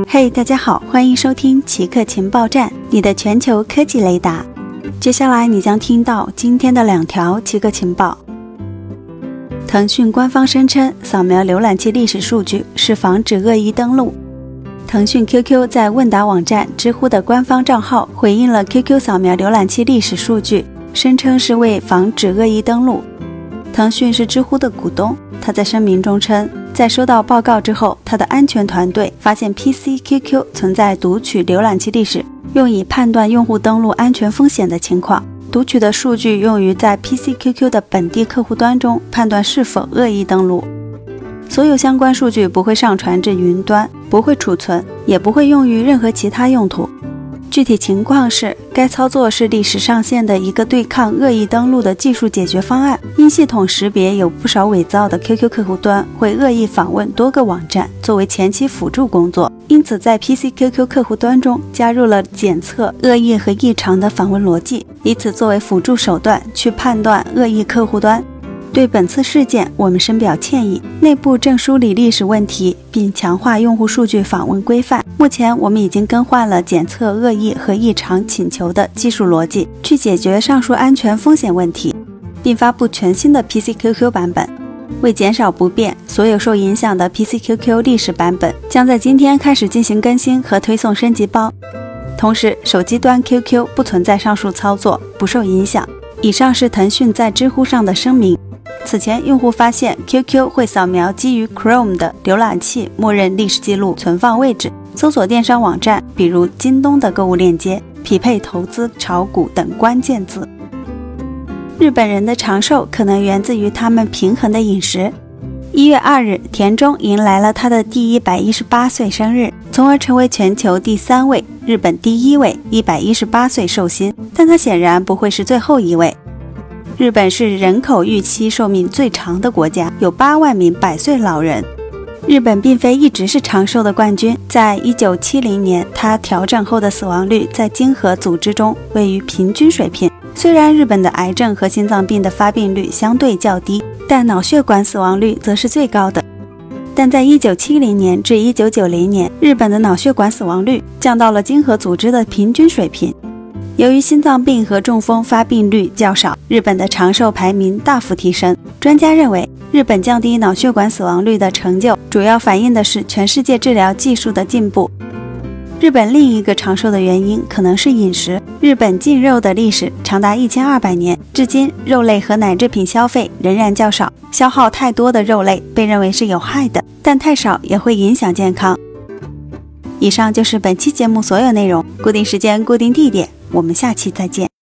嘿，大家好，欢迎收听奇客情报站，你的全球科技雷达。接下来你将听到今天的2条奇客情报。腾讯官方声称，扫描浏览器历史数据是防止恶意登录。腾讯 QQ 在问答网站知乎的官方账号回应了 QQ 扫描浏览器历史数据，声称是为防止恶意登录。腾讯是知乎的股东，他在声明中称，在收到报告之后，他的安全团队发现 PC QQ 存在读取浏览器历史，用以判断用户登录安全风险的情况。读取的数据用于在 PC QQ 的本地客户端中判断是否恶意登录。所有相关数据不会上传至云端，不会储存，也不会用于任何其他用途。具体情况是，该操作是历史上线的一个对抗恶意登录的技术解决方案。因系统识别有不少伪造的 QQ 客户端会恶意访问多个网站，作为前期辅助工作，因此在 PC QQ 客户端中加入了检测恶意和异常的访问逻辑，以此作为辅助手段去判断恶意客户端。对本次事件，我们深表歉意，内部正梳理历史问题，并强化用户数据访问规范。目前，我们已经更换了检测恶意和异常请求的技术逻辑，去解决上述安全风险问题，并发布全新的 PC QQ 版本。为减少不便，所有受影响的 PC QQ 历史版本将在今天开始进行更新和推送升级包。同时，手机端 QQ 不存在上述操作，不受影响。以上是腾讯在知乎上的声明。此前，用户发现 QQ 会扫描基于 Chrome 的浏览器默认历史记录存放位置，搜索电商网站，比如京东的购物链接，匹配投资、炒股等关键字。日本人的长寿可能源自于他们平衡的饮食。1月2日，田中迎来了他的第118岁生日，从而成为全球第3位、日本第1位118岁寿星，但他显然不会是最后一位。日本是人口预期寿命最长的国家，有8万名100岁老人。日本并非一直是长寿的冠军，在1970年，它调整后的死亡率在经合组织中位于平均水平。虽然日本的癌症和心脏病的发病率相对较低，但脑血管死亡率则是最高的。但在1970年至1990年，日本的脑血管死亡率降到了经合组织的平均水平。由于心脏病和中风发病率较少，日本的长寿排名大幅提升。专家认为，日本降低脑血管死亡率的成就主要反映的是全世界治疗技术的进步。日本另一个长寿的原因可能是饮食。日本禁肉的历史长达1200年，至今肉类和奶制品消费仍然较少。消耗太多的肉类被认为是有害的，但太少也会影响健康。以上就是本期节目所有内容，固定时间、固定地点，我们下期再见。